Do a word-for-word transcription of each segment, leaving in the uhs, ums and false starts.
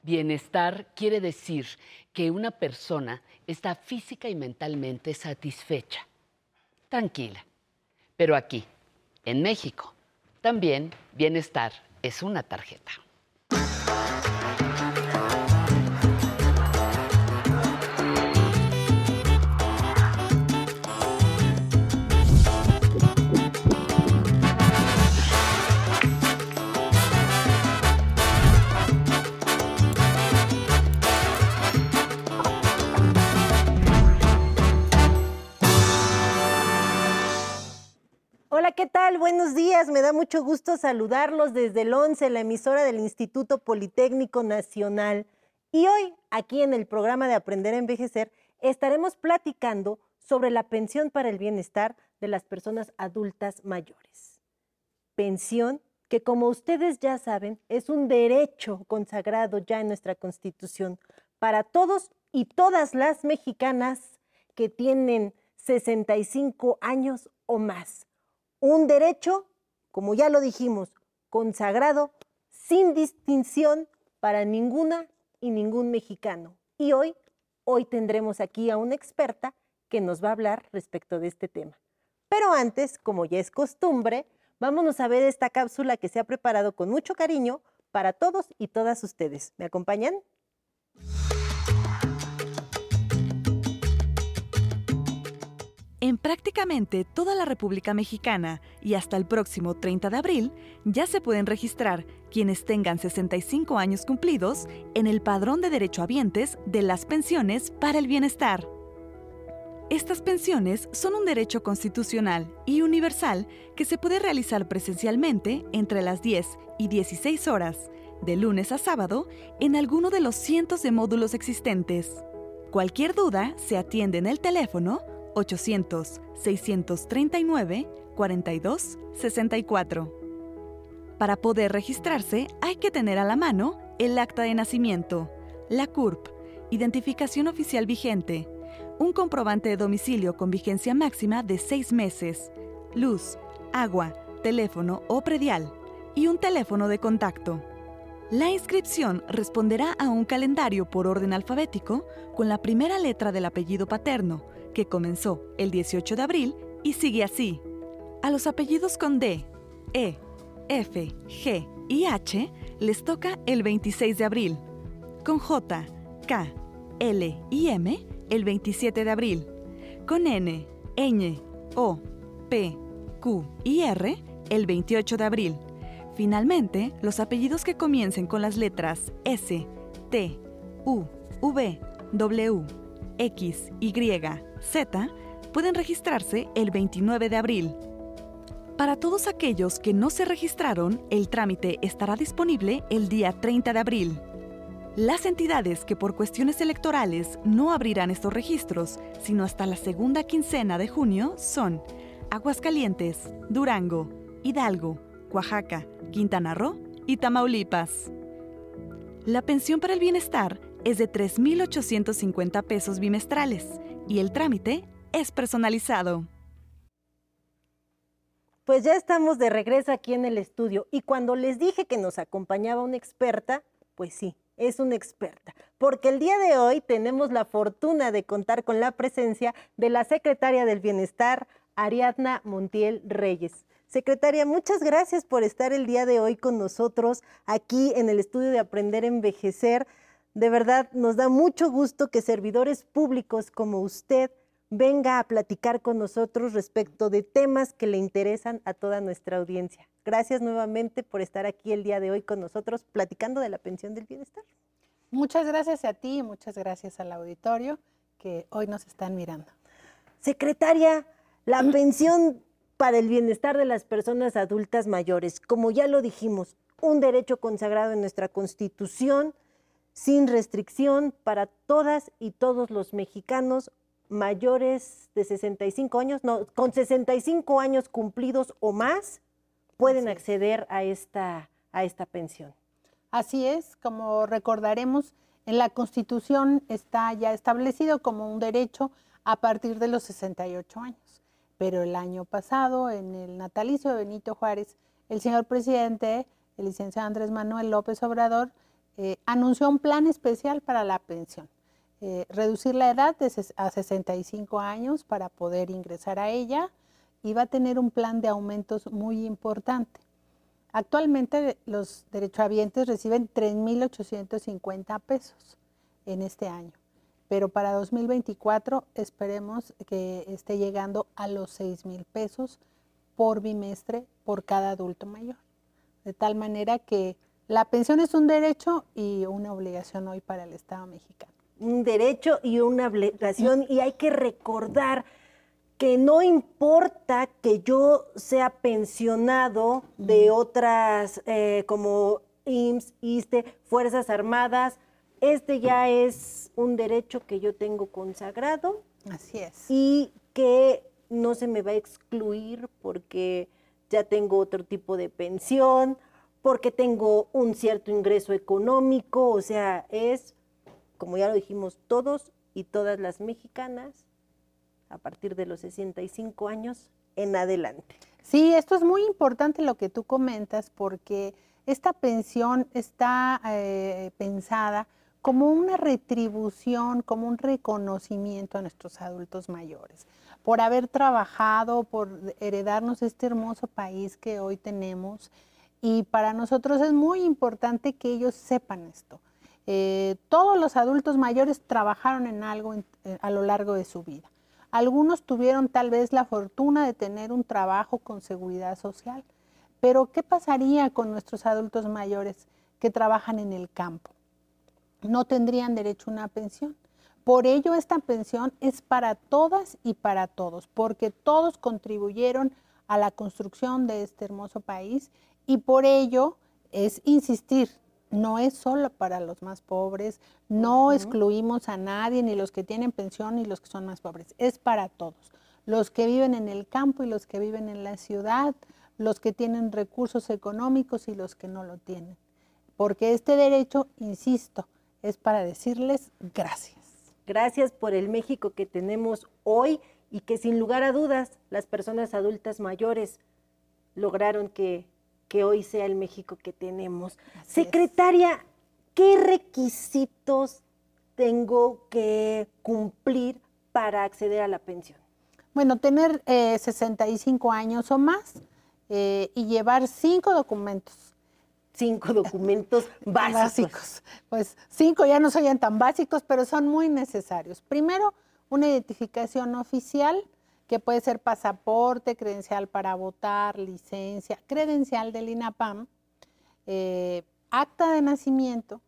Bienestar quiere decir que una persona está física y mentalmente satisfecha, tranquila. Pero aquí, en México, también bienestar es una tarjeta. Hola, ¿qué tal? Buenos días. Me da mucho gusto saludarlos desde el once, la emisora del Instituto Politécnico Nacional. Y hoy, aquí en el programa de Aprender a Envejecer, estaremos platicando sobre la pensión para el bienestar de las personas adultas mayores. Pensión que, como ustedes ya saben, es un derecho consagrado ya en nuestra Constitución para todos y todas las mexicanas que tienen sesenta y cinco años o más. Un derecho, como ya lo dijimos, consagrado, sin distinción para ninguna y ningún mexicano. Y hoy, hoy tendremos aquí a una experta que nos va a hablar respecto de este tema. Pero antes, como ya es costumbre, vámonos a ver esta cápsula que se ha preparado con mucho cariño para todos y todas ustedes. ¿Me acompañan? En prácticamente toda la República Mexicana y hasta el próximo treinta de abril, ya se pueden registrar quienes tengan sesenta y cinco años cumplidos en el Padrón de Derechohabientes de las Pensiones para el Bienestar. Estas pensiones son un derecho constitucional y universal que se puede realizar presencialmente entre las diez y dieciséis horas, de lunes a sábado, en alguno de los cientos de módulos existentes. Cualquier duda se atiende en el teléfono ochocientos, seiscientos treinta y nueve, cuarenta y dos, sesenta y cuatro. Para poder registrarse hay que tener a la mano el acta de nacimiento, la C U R P, identificación oficial vigente, un comprobante de domicilio con vigencia máxima de seis meses, luz, agua, teléfono o predial y un teléfono de contacto. La inscripción responderá a un calendario por orden alfabético con la primera letra del apellido paterno, que comenzó el dieciocho de abril y sigue así. A los apellidos con D, E, F, G y H les toca el veintiséis de abril. Con J, K, L y M el veintisiete de abril. Con N, Ñ, O, P, Q y R el veintiocho de abril. Finalmente, los apellidos que comiencen con las letras S, T, U, V, W, X, Y, Z pueden registrarse el veintinueve de abril. Para todos aquellos que no se registraron, el trámite estará disponible el día treinta de abril. Las entidades que por cuestiones electorales no abrirán estos registros, sino hasta la segunda quincena de junio, son Aguascalientes, Durango, Hidalgo, Oaxaca, Quintana Roo y Tamaulipas. La pensión para el bienestar es de tres mil ochocientos cincuenta pesos bimestrales y el trámite es personalizado. Pues ya estamos de regreso aquí en el estudio y cuando les dije que nos acompañaba una experta, pues sí, es una experta, porque el día de hoy tenemos la fortuna de contar con la presencia de la secretaria del Bienestar, Ariadna Montiel Reyes. Secretaria, muchas gracias por estar el día de hoy con nosotros aquí en el estudio de Aprender a Envejecer. De verdad, nos da mucho gusto que servidores públicos como usted venga a platicar con nosotros respecto de temas que le interesan a toda nuestra audiencia. Gracias nuevamente por estar aquí el día de hoy con nosotros platicando de la pensión del bienestar. Muchas gracias a ti y muchas gracias al auditorio que hoy nos están mirando. Secretaria, la pensión para el bienestar de las personas adultas mayores, como ya lo dijimos, un derecho consagrado en nuestra Constitución, sin restricción para todas y todos los mexicanos mayores de sesenta y cinco años, no, con sesenta y cinco años cumplidos o más, pueden Así acceder a esta, a esta pensión. Así es, como recordaremos, en la Constitución está ya establecido como un derecho a partir de los sesenta y ocho años. Pero el año pasado, en el natalicio de Benito Juárez, el señor presidente, el licenciado Andrés Manuel López Obrador, eh, anunció un plan especial para la pensión. Eh, reducir la edad de a sesenta y cinco años para poder ingresar a ella, y va a tener un plan de aumentos muy importante. Actualmente los derechohabientes reciben tres mil ochocientos cincuenta pesos en este año, pero para dos mil veinticuatro esperemos que esté llegando a los seis mil pesos por bimestre por cada adulto mayor. De tal manera que la pensión es un derecho y una obligación hoy para el Estado mexicano. Un derecho y una obligación, y hay que recordar que no importa que yo sea pensionado de otras eh, como I M S S, I S S S T E, Fuerzas Armadas, este ya es un derecho que yo tengo consagrado. Así es. Y que no se me va a excluir porque ya tengo otro tipo de pensión, porque tengo un cierto ingreso económico, o sea, es, como ya lo dijimos, todos y todas las mexicanas a partir de los sesenta y cinco años en adelante. Sí, esto es muy importante lo que tú comentas, porque esta pensión está eh, pensada como una retribución, como un reconocimiento a nuestros adultos mayores, por haber trabajado, por heredarnos este hermoso país que hoy tenemos. Y para nosotros es muy importante que ellos sepan esto. Eh, todos los adultos mayores trabajaron en algo en, eh, a lo largo de su vida. Algunos tuvieron tal vez la fortuna de tener un trabajo con seguridad social, pero ¿qué pasaría con nuestros adultos mayores que trabajan en el campo? No tendrían derecho a una pensión. Por ello, esta pensión es para todas y para todos, porque todos contribuyeron a la construcción de este hermoso país, y por ello es insistir, no es solo para los más pobres, no uh-huh. excluimos a nadie, ni los que tienen pensión ni los que son más pobres, es para todos. Los que viven en el campo y los que viven en la ciudad, los que tienen recursos económicos y los que no lo tienen. Porque este derecho, insisto, es para decirles gracias. Gracias por el México que tenemos hoy y que sin lugar a dudas las personas adultas mayores lograron que, que hoy sea el México que tenemos. Así Secretaria, es. ¿Qué requisitos tengo que cumplir para acceder a la pensión? Bueno, tener eh, sesenta y cinco años o más eh, y llevar cinco documentos. Cinco documentos básicos. básicos. Pues cinco ya no son tan básicos, pero son muy necesarios. Primero, una identificación oficial, que puede ser pasaporte, credencial para votar, licencia, credencial del INAPAM, eh, acta de nacimiento,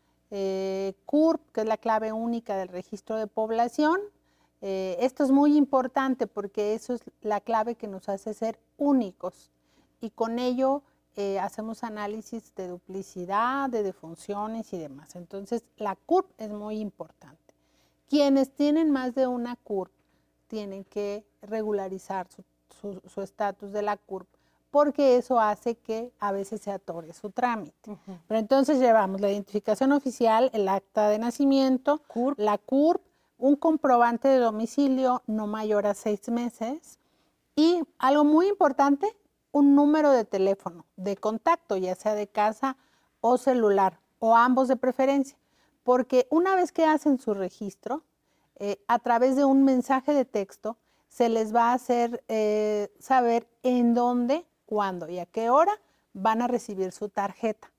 eh, C U R P, que es la clave única del registro de población. Eh, esto es muy importante porque eso es la clave que nos hace ser únicos, y con ello Eh, hacemos análisis de duplicidad, de defunciones y demás. Entonces, la C U R P es muy importante. Quienes tienen más de una C U R P tienen que regularizar su estatus de la C U R P, porque eso hace que a veces se atore su trámite. Uh-huh. Pero entonces llevamos la identificación oficial, el acta de nacimiento, C U R P, la C U R P, un comprobante de domicilio no mayor a seis meses y algo muy importante, un número de teléfono de contacto, ya sea de casa o celular, o ambos de preferencia, porque una vez que hacen su registro, eh, a través de un mensaje de texto, se les va a hacer eh, saber en dónde, cuándo y a qué hora van a recibir su tarjeta.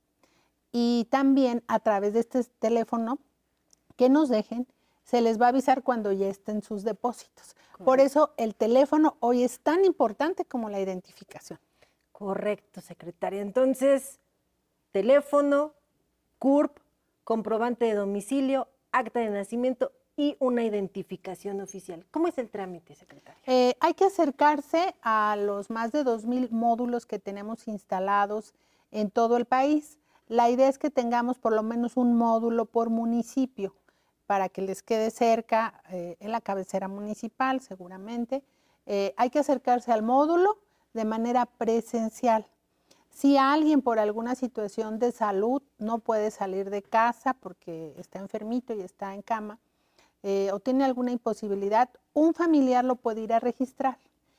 Y también a través de este teléfono que nos dejen, se les va a avisar cuando ya estén sus depósitos. Correcto. Por eso el teléfono hoy es tan importante como la identificación. Correcto, secretaria. Entonces, teléfono, C U R P, comprobante de domicilio, acta de nacimiento y una identificación oficial. ¿Cómo es el trámite, secretaria? Eh, hay que acercarse a los más de dos mil módulos que tenemos instalados en todo el país. La idea es que tengamos por lo menos un módulo por municipio, para que les quede cerca, eh, en la cabecera municipal seguramente. Eh, hay que acercarse al módulo de manera presencial. Si alguien por alguna situación de salud no puede salir de casa porque está enfermito y está en cama, eh, o tiene alguna imposibilidad, un familiar lo puede ir a registrar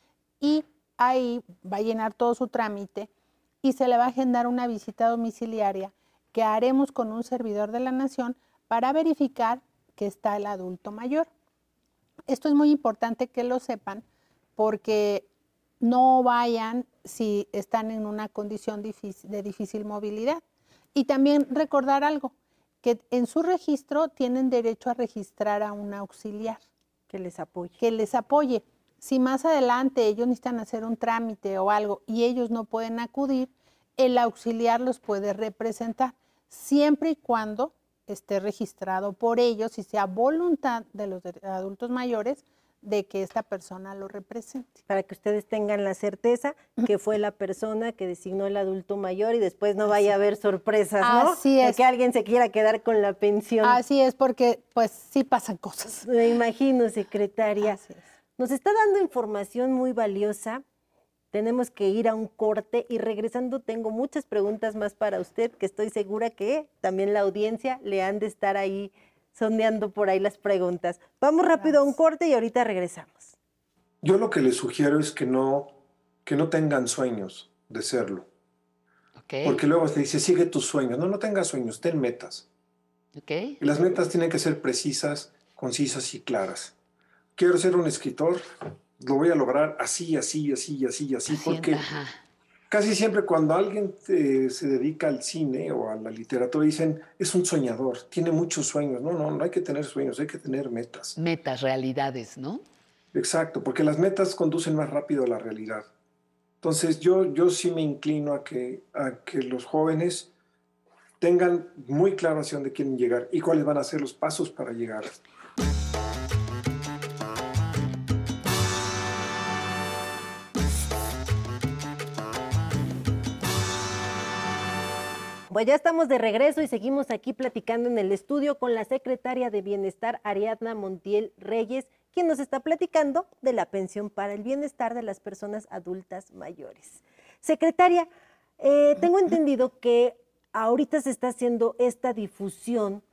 y ahí va a llenar todo su trámite y se le va a agendar una visita domiciliaria que haremos con un servidor de la Nación para verificar que está el adulto mayor. Esto es muy importante que lo sepan porque no vayan si están en una condición difícil, de difícil movilidad. Y también recordar algo, que en su registro tienen derecho a registrar a un auxiliar. Que les apoye. Que les apoye. Si más adelante ellos necesitan hacer un trámite o algo y ellos no pueden acudir, el auxiliar los puede representar, siempre y cuando esté registrado por ellos y sea voluntad de los adultos mayores de que esta persona lo represente. Para que ustedes tengan la certeza que fue la persona que designó el adulto mayor y después no vaya a haber sorpresas, ¿no? Así es. De que alguien se quiera quedar con la pensión. Así es, porque pues sí pasan cosas. Me imagino, secretaria. Así es. Nos está dando información muy valiosa. Tenemos que ir a un corte y regresando tengo muchas preguntas más para usted que estoy segura que también la audiencia le han de estar ahí sondeando por ahí las preguntas. Vamos rápido a un corte y ahorita regresamos. Yo lo que les sugiero es que no, que no tengan sueños de serlo. Okay. Porque luego se dice, sigue tus sueños. No, no tengas sueños, ten metas. Okay. Y las metas tienen que ser precisas, concisas y claras. Quiero ser un escritor, lo voy a lograr así, así, así, así, así, porque Ajá. casi siempre cuando alguien eh, se dedica al cine o a la literatura dicen, es un soñador, tiene muchos sueños. No, no, no hay que tener sueños, hay que tener metas. Metas, realidades, ¿no? Exacto, porque las metas conducen más rápido a la realidad. Entonces yo, yo sí me inclino a que, a que los jóvenes tengan muy claro hacia dónde quieren llegar y cuáles van a ser los pasos para llegar. Pues ya estamos de regreso y seguimos aquí platicando en el estudio con la secretaria de Bienestar, Ariadna Montiel Reyes, quien nos está platicando de la pensión para el bienestar de las personas adultas mayores. Secretaria, eh, tengo entendido que ahorita se está haciendo esta difusión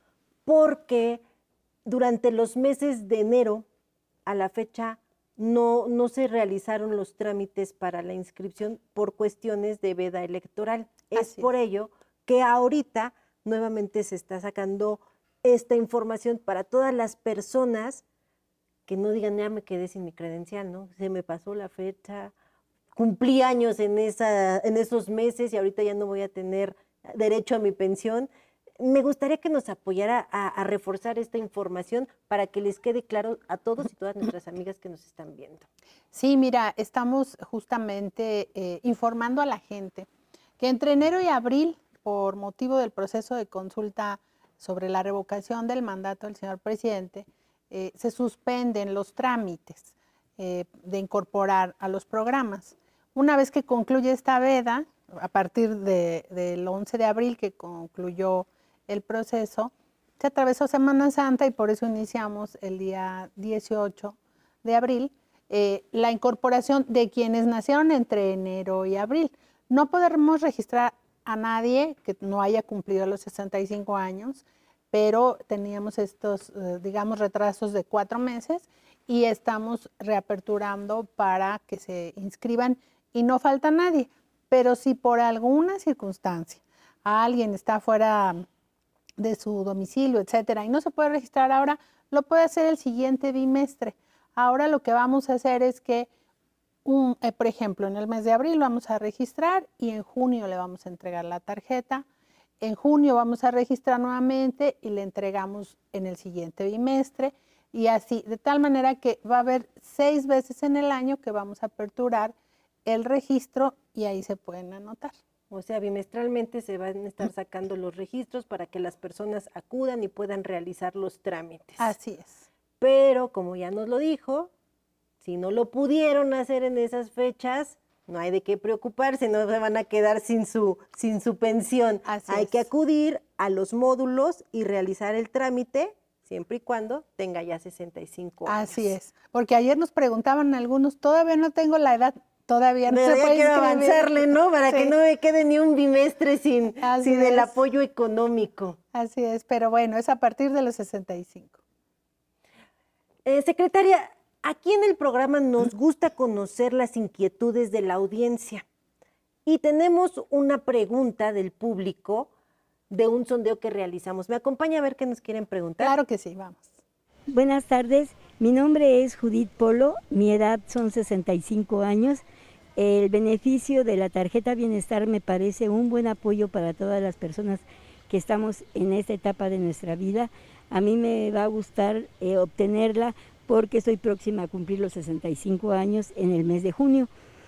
porque durante los meses de enero a la fecha no, no se realizaron los trámites para la inscripción por cuestiones de veda electoral. Es Así por es. ello que ahorita nuevamente se está sacando esta información para todas las personas que no digan, ya me quedé sin mi credencial, ¿no? Se me pasó la fecha, cumplí años en, esa, en esos meses y ahorita ya no voy a tener derecho a mi pensión. Me gustaría que nos apoyara a, a reforzar esta información para que les quede claro a todos y todas nuestras amigas que nos están viendo. Sí, mira, estamos justamente eh, informando a la gente que entre enero y abril, por motivo del proceso de consulta sobre la revocación del mandato del señor presidente, eh, se suspenden los trámites eh, de incorporar a los programas. Una vez que concluye esta veda, a partir de, del once de abril que concluyó el proceso, se atravesó Semana Santa y por eso iniciamos el día dieciocho de abril eh, la incorporación de quienes nacieron entre enero y abril. No podemos registrar a nadie que no haya cumplido los sesenta y cinco años, pero teníamos estos, eh, digamos, retrasos de cuatro meses y estamos reaperturando para que se inscriban y no falta nadie. Pero si por alguna circunstancia alguien está fuera de su domicilio, etcétera, y no se puede registrar ahora, lo puede hacer el siguiente bimestre. Ahora lo que vamos a hacer es que Un, eh, por ejemplo, en el mes de abril vamos a registrar y en junio le vamos a entregar la tarjeta. En junio vamos a registrar nuevamente y le entregamos en el siguiente bimestre. Y así, de tal manera que va a haber seis veces en el año que vamos a aperturar el registro y ahí se pueden anotar. O sea, bimestralmente se van a estar sacando los registros para que las personas acudan y puedan realizar los trámites. Así es. Pero, como ya nos lo dijo, si no lo pudieron hacer en esas fechas, no hay de qué preocuparse, no se van a quedar sin su, sin su pensión. Así hay es. que acudir a los módulos y realizar el trámite, siempre y cuando tenga ya sesenta y cinco años. Así es. Porque ayer nos preguntaban algunos, todavía no tengo la edad, todavía no Pero se ya puede quiero inscribir. avanzarle, ¿no? Para Sí. que no me quede ni un bimestre sin, Así sin el es. apoyo económico. Así es, pero bueno, es a partir de los sesenta y cinco. Eh, secretaria, aquí en el programa nos gusta conocer las inquietudes de la audiencia y tenemos una pregunta del público de un sondeo que realizamos. ¿Me acompaña a ver qué nos quieren preguntar? Claro que sí, vamos. Buenas tardes, mi nombre es Judith Polo, mi edad son sesenta y cinco años. El beneficio de la tarjeta Bienestar me parece un buen apoyo para todas las personas que estamos en esta etapa de nuestra vida. A mí me va a gustar eh, obtenerla porque estoy próxima a cumplir los sesenta y cinco años en el mes de junio.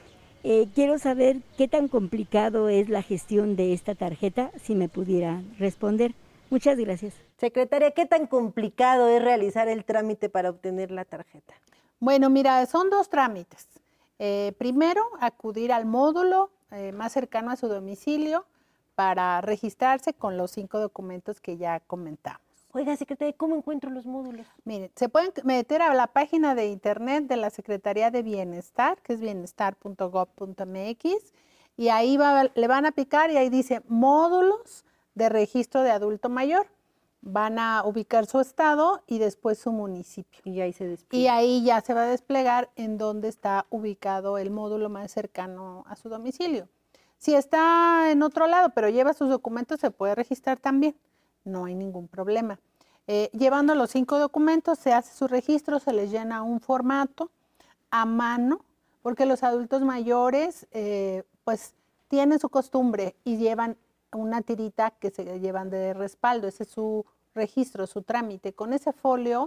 Eh, quiero saber qué tan complicado es la gestión de esta tarjeta, si me pudiera responder. Muchas gracias. Secretaria, ¿qué tan complicado es realizar el trámite para obtener la tarjeta? Bueno, mira, son dos trámites. Eh, primero, acudir al módulo eh, más cercano a su domicilio para registrarse con los cinco documentos que ya comentamos. Oiga, secretaria, ¿cómo encuentro los módulos? Miren, se pueden meter a la página de internet de la Secretaría de Bienestar, que es bienestar punto gob punto m x, y ahí va, le van a picar y ahí dice módulos de registro de adulto mayor. Van a ubicar su estado y después su municipio. Y ahí se despliega. Y ahí ya se va a desplegar en dónde está ubicado el módulo más cercano a su domicilio. Si está en otro lado, pero lleva sus documentos, se puede registrar también. No hay ningún problema. Eh, llevando los cinco documentos, se hace su registro, se les llena un formato a mano, porque los adultos mayores, eh, pues, tienen su costumbre y llevan una tirita que se llevan de respaldo. Ese es su registro, su trámite. Con ese folio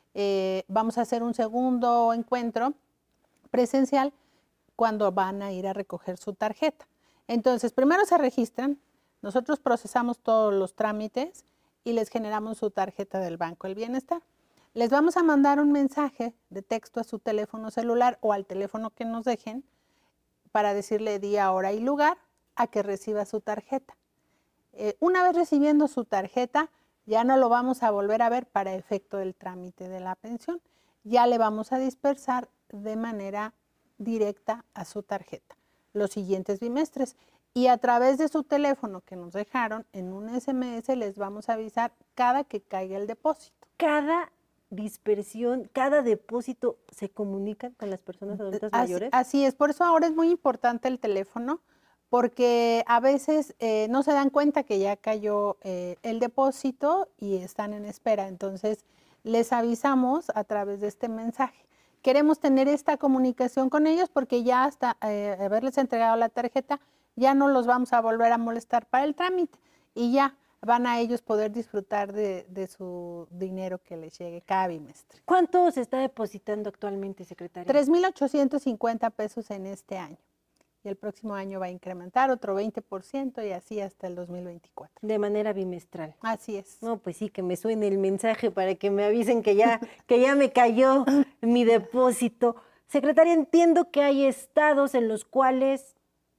eh, vamos a hacer un segundo encuentro presencial cuando van a ir a recoger su tarjeta. Entonces, primero se registran, nosotros procesamos todos los trámites y les generamos su tarjeta del Banco del Bienestar. Les vamos a mandar un mensaje de texto a su teléfono celular o al teléfono que nos dejen para decirle día, hora y lugar a que reciba su tarjeta. Eh, una vez recibiendo su tarjeta, ya no lo vamos a volver a ver para efecto del trámite de la pensión. Ya le vamos a dispersar de manera directa a su tarjeta los siguientes bimestres. Y a través de su teléfono que nos dejaron, en un ese eme ese les vamos a avisar cada que caiga el depósito. Cada dispersión, cada depósito, ¿se comunican con las personas adultas Así, mayores? Así es, por eso ahora es muy importante el teléfono, porque a veces eh, no se dan cuenta que ya cayó eh, el depósito y están en espera. Entonces, les avisamos a través de este mensaje. Queremos tener esta comunicación con ellos porque ya hasta eh, haberles entregado la tarjeta, ya no los vamos a volver a molestar para el trámite y ya van a ellos poder disfrutar de, de su dinero que les llegue cada bimestre. ¿Cuánto se está depositando actualmente, secretaria? tres mil ochocientos cincuenta pesos en este año. Y el próximo año va a incrementar otro veinte por ciento y así hasta el dos mil veinticuatro. De manera bimestral. Así es. No, pues sí, que me suene el mensaje para que me avisen que ya, que ya me cayó mi depósito. Secretaria, entiendo que hay estados en los cuales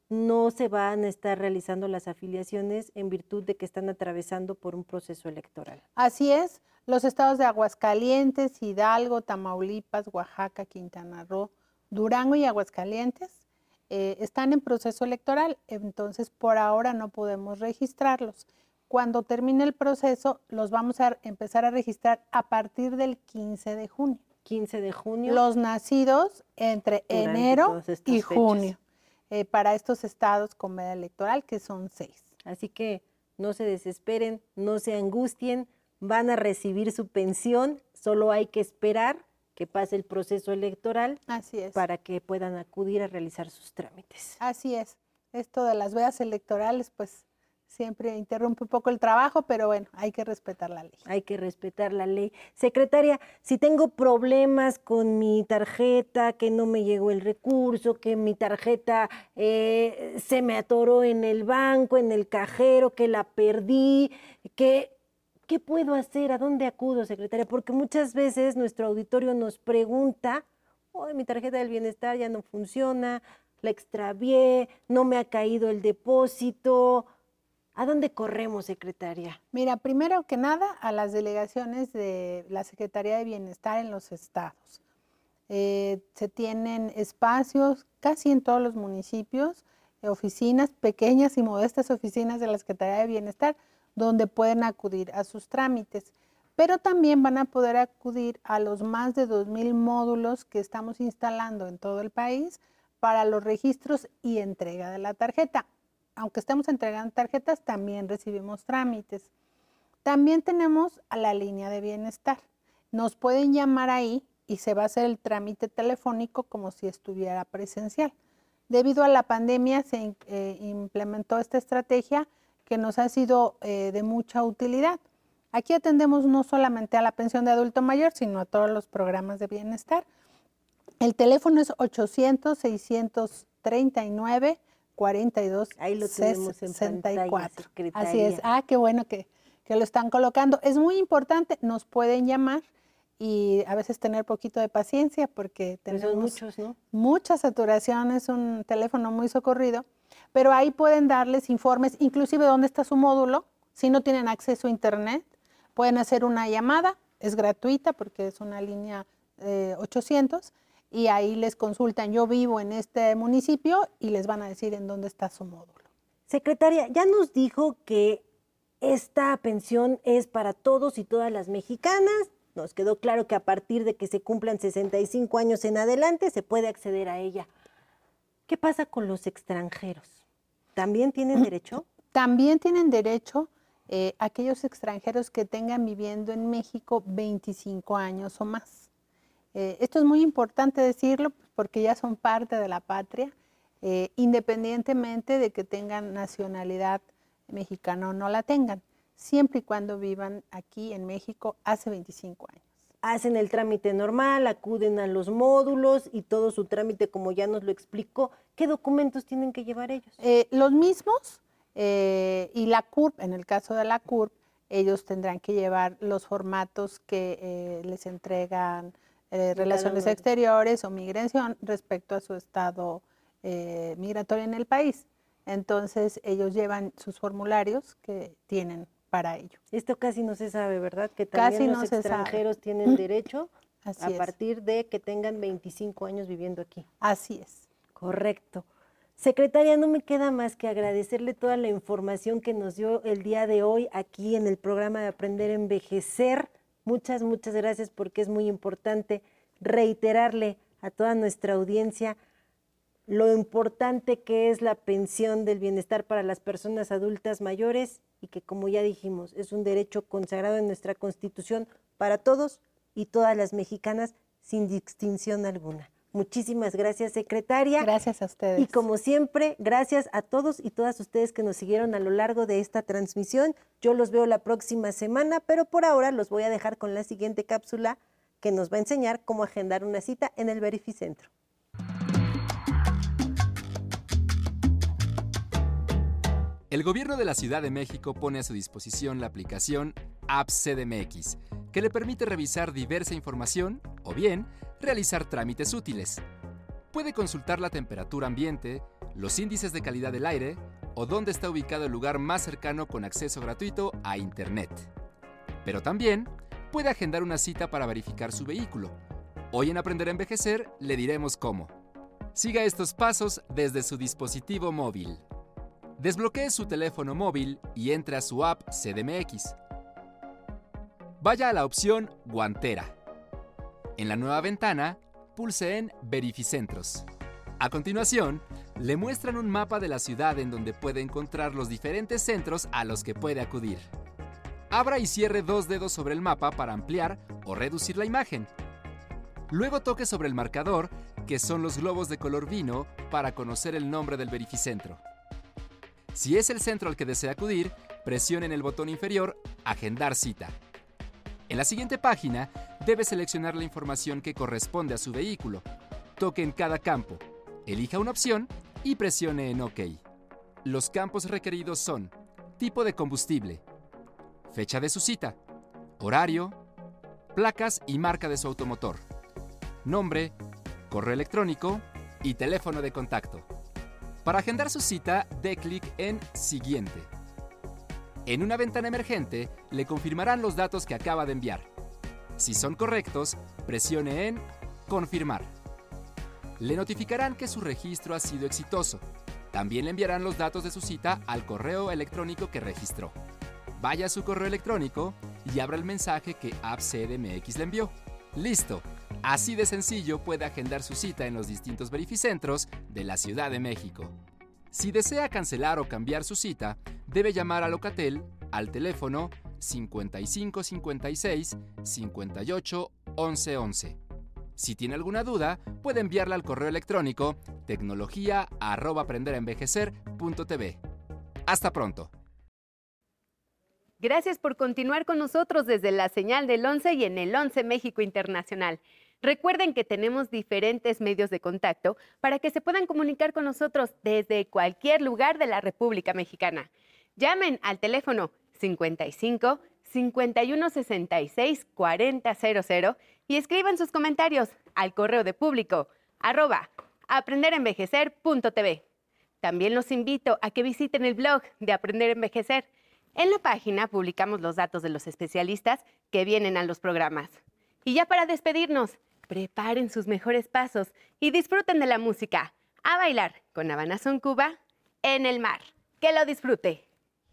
no se van a estar realizando las afiliaciones en virtud de que están atravesando por un proceso electoral. Así es. Los estados de Aguascalientes, Hidalgo, Tamaulipas, Oaxaca, Quintana Roo, Durango y Aguascalientes Eh, están en proceso electoral, entonces por ahora no podemos registrarlos. Cuando termine el proceso, los vamos a empezar a registrar a partir del quince de junio. quince de junio. Los nacidos entre Durante enero y fechas. junio, eh, para estos estados con veda electoral, que son seis. Así que no se desesperen, no se angustien, van a recibir su pensión, solo hay que esperar que pase el proceso electoral. Así es. Para que puedan acudir a realizar sus trámites. Así es. Esto de las vedas electorales, pues siempre interrumpe un poco el trabajo, pero bueno, hay que respetar la ley. Hay que respetar la ley. Secretaria, si tengo problemas con mi tarjeta, que no me llegó el recurso, que mi tarjeta eh, se me atoró en el banco, en el cajero, que la perdí, que... ¿Qué puedo hacer? ¿A dónde acudo, secretaria? Porque muchas veces nuestro auditorio nos pregunta, oh, mi tarjeta del bienestar ya no funciona, la extravié, no me ha caído el depósito. ¿A dónde corremos, secretaria? Mira, primero que nada, a las delegaciones de la Secretaría de Bienestar en los estados. Eh, se tienen espacios casi en todos los municipios, eh, oficinas, pequeñas y modestas oficinas de la Secretaría de Bienestar, donde pueden acudir a sus trámites, pero también van a poder acudir a los más de dos mil módulos que estamos instalando en todo el país para los registros y entrega de la tarjeta. aunque estemos entregando tarjetas, también recibimos trámites. También tenemos a la línea de bienestar. Nos pueden llamar ahí y se va a hacer el trámite telefónico como si estuviera presencial. Debido a la pandemia se eh, implementó esta estrategia que nos ha sido eh, de mucha utilidad. Aquí atendemos no solamente a la pensión de adulto mayor, sino a todos los programas de bienestar. El teléfono es ochocientos, seiscientos treinta y nueve, cuarenta y dos, Ahí lo tenemos en sesenta y cuatro. pantalla, secretaria. Así es. Ah, qué bueno que, que lo están colocando. Es muy importante, nos pueden llamar y a veces tener poquito de paciencia porque Pues tenemos son muchos, ¿no? mucha saturación, es un teléfono muy socorrido, pero ahí pueden darles informes, inclusive dónde está su módulo. Si no tienen acceso a internet, pueden hacer una llamada, es gratuita porque es una línea eh, ochocientos, y ahí les consultan, yo vivo en este municipio, y les van a decir en dónde está su módulo. Secretaria, ya nos dijo que esta pensión es para todos y todas las mexicanas. Nos quedó claro que a partir de que se cumplan sesenta y cinco años en adelante se puede acceder a ella. ¿Qué pasa con los extranjeros? ¿También tienen derecho? También tienen derecho eh, aquellos extranjeros que tengan viviendo en México veinticinco años o más. Eh, esto es muy importante decirlo porque ya son parte de la patria, eh, independientemente de que tengan nacionalidad mexicana o no la tengan, siempre y cuando vivan aquí en México hace veinticinco años. Hacen el trámite normal, acuden a los módulos y todo su trámite, como ya nos lo explicó. ¿Qué documentos tienen que llevar ellos? Eh, los mismos eh, y la C U R P, en el caso de la C U R P, ellos tendrán que llevar los formatos que eh, les entregan eh, Relaciones Exteriores o Migración respecto a su estado eh, migratorio en el país. Entonces ellos llevan sus formularios que tienen para ello. Esto casi no se sabe, ¿verdad? Que también Casi los no se extranjeros sabe. tienen derecho Así a es. partir de que tengan veinticinco años viviendo aquí. Así es. Correcto. Secretaria, no me queda más que agradecerle toda la información que nos dio el día de hoy aquí en el programa de Aprender a Envejecer. Muchas, muchas gracias, porque es muy importante reiterarle a toda nuestra audiencia lo importante que es la pensión del bienestar para las personas adultas mayores y que, como ya dijimos, es un derecho consagrado en nuestra Constitución para todos y todas las mexicanas sin distinción alguna. Muchísimas gracias, secretaria. Gracias a ustedes. Y como siempre, gracias a todos y todas ustedes que nos siguieron a lo largo de esta transmisión. Yo los veo la próxima semana, pero por ahora los voy a dejar con la siguiente cápsula que nos va a enseñar cómo agendar una cita en el Verificentro. El gobierno de la Ciudad de México pone a su disposición la aplicación App C D M X, que le permite revisar diversa información o bien realizar trámites útiles. Puede consultar la temperatura ambiente, los índices de calidad del aire o dónde está ubicado el lugar más cercano con acceso gratuito a Internet. Pero también puede agendar una cita para verificar su vehículo. Hoy en Aprender a Envejecer le diremos cómo. Siga estos pasos desde su dispositivo móvil. Desbloquee su teléfono móvil y entre a su app C D M X. Vaya a la opción Guantera. En la nueva ventana, pulse en Verificentros. A continuación, le muestran un mapa de la ciudad en donde puede encontrar los diferentes centros a los que puede acudir. Abra y cierre dos dedos sobre el mapa para ampliar o reducir la imagen. Luego toque sobre el marcador, que son los globos de color vino, para conocer el nombre del verificentro. Si es el centro al que desea acudir, presione en el botón inferior Agendar cita. En la siguiente página, debe seleccionar la información que corresponde a su vehículo. Toque en cada campo, elija una opción y presione en OK. Los campos requeridos son tipo de combustible, fecha de su cita, horario, placas y marca de su automotor, nombre, correo electrónico y teléfono de contacto. Para agendar su cita, dé clic en Siguiente. En una ventana emergente, le confirmarán los datos que acaba de enviar. Si son correctos, presione en Confirmar. Le notificarán que su registro ha sido exitoso. También le enviarán los datos de su cita al correo electrónico que registró. Vaya a su correo electrónico y abra el mensaje que App C D M X le envió. ¡Listo! Así de sencillo puede agendar su cita en los distintos verificentros de la Ciudad de México. Si desea cancelar o cambiar su cita, debe llamar a Locatel al teléfono cincuenta y cinco cincuenta y seis cincuenta y ocho once once. Si tiene alguna duda, puede enviarla al correo electrónico tecnología arroba aprenderenvejecer punto tv. Hasta pronto. Gracias por continuar con nosotros desde la señal del once y en el once México Internacional. Recuerden que tenemos diferentes medios de contacto para que se puedan comunicar con nosotros desde cualquier lugar de la República Mexicana. Llamen al teléfono cincuenta y cinco cincuenta y uno sesenta y seis cuarenta cero cero y escriban sus comentarios al correo de público arroba aprenderenvejecer punto tv. También los invito a que visiten el blog de Aprender a Envejecer. En la página publicamos los datos de los especialistas que vienen a los programas. Y ya para despedirnos, preparen sus mejores pasos y disfruten de la música. A bailar con Habana Son Cuba en el mar. ¡Que lo disfrute!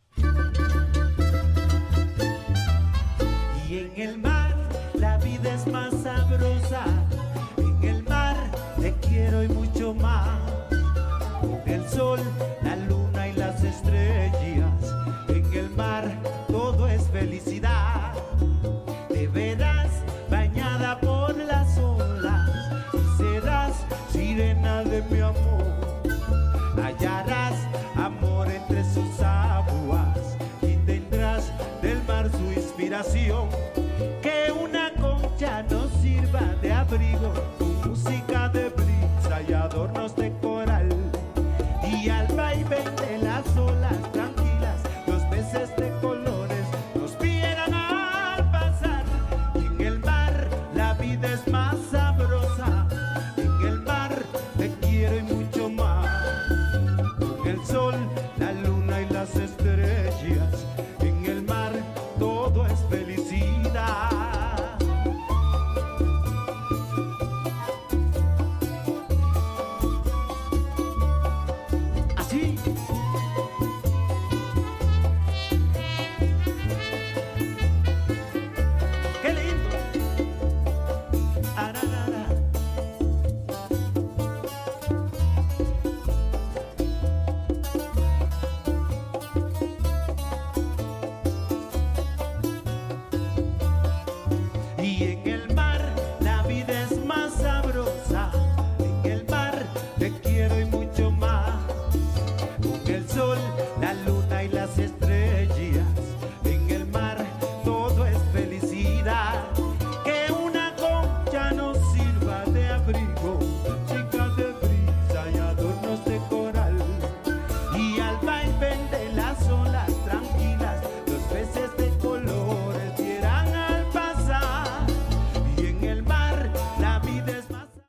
Y en el mar la vida es más sabrosa. En el mar te quiero y mucho más. El sol, la luna y las estrellas. En el mar todo es felicidad. Te verás bañada por las olas y serás sirena de mi amor. Hallarás amor entre sus aguas y tendrás del mar su inspiración. Que una concha nos sirva de abrigo, con música de brisa y adornos de coral. Y al vaivén de las olas tranquilas, los peces de colores nos vieran al pasar. Y en el mar la vida es más sabrosa. En el mar te quiero y mucho más. Con el sol, la luna y las estrellas. En el mar todo es felicidad. Así. ¡Qué lindo! Ararara. Y en el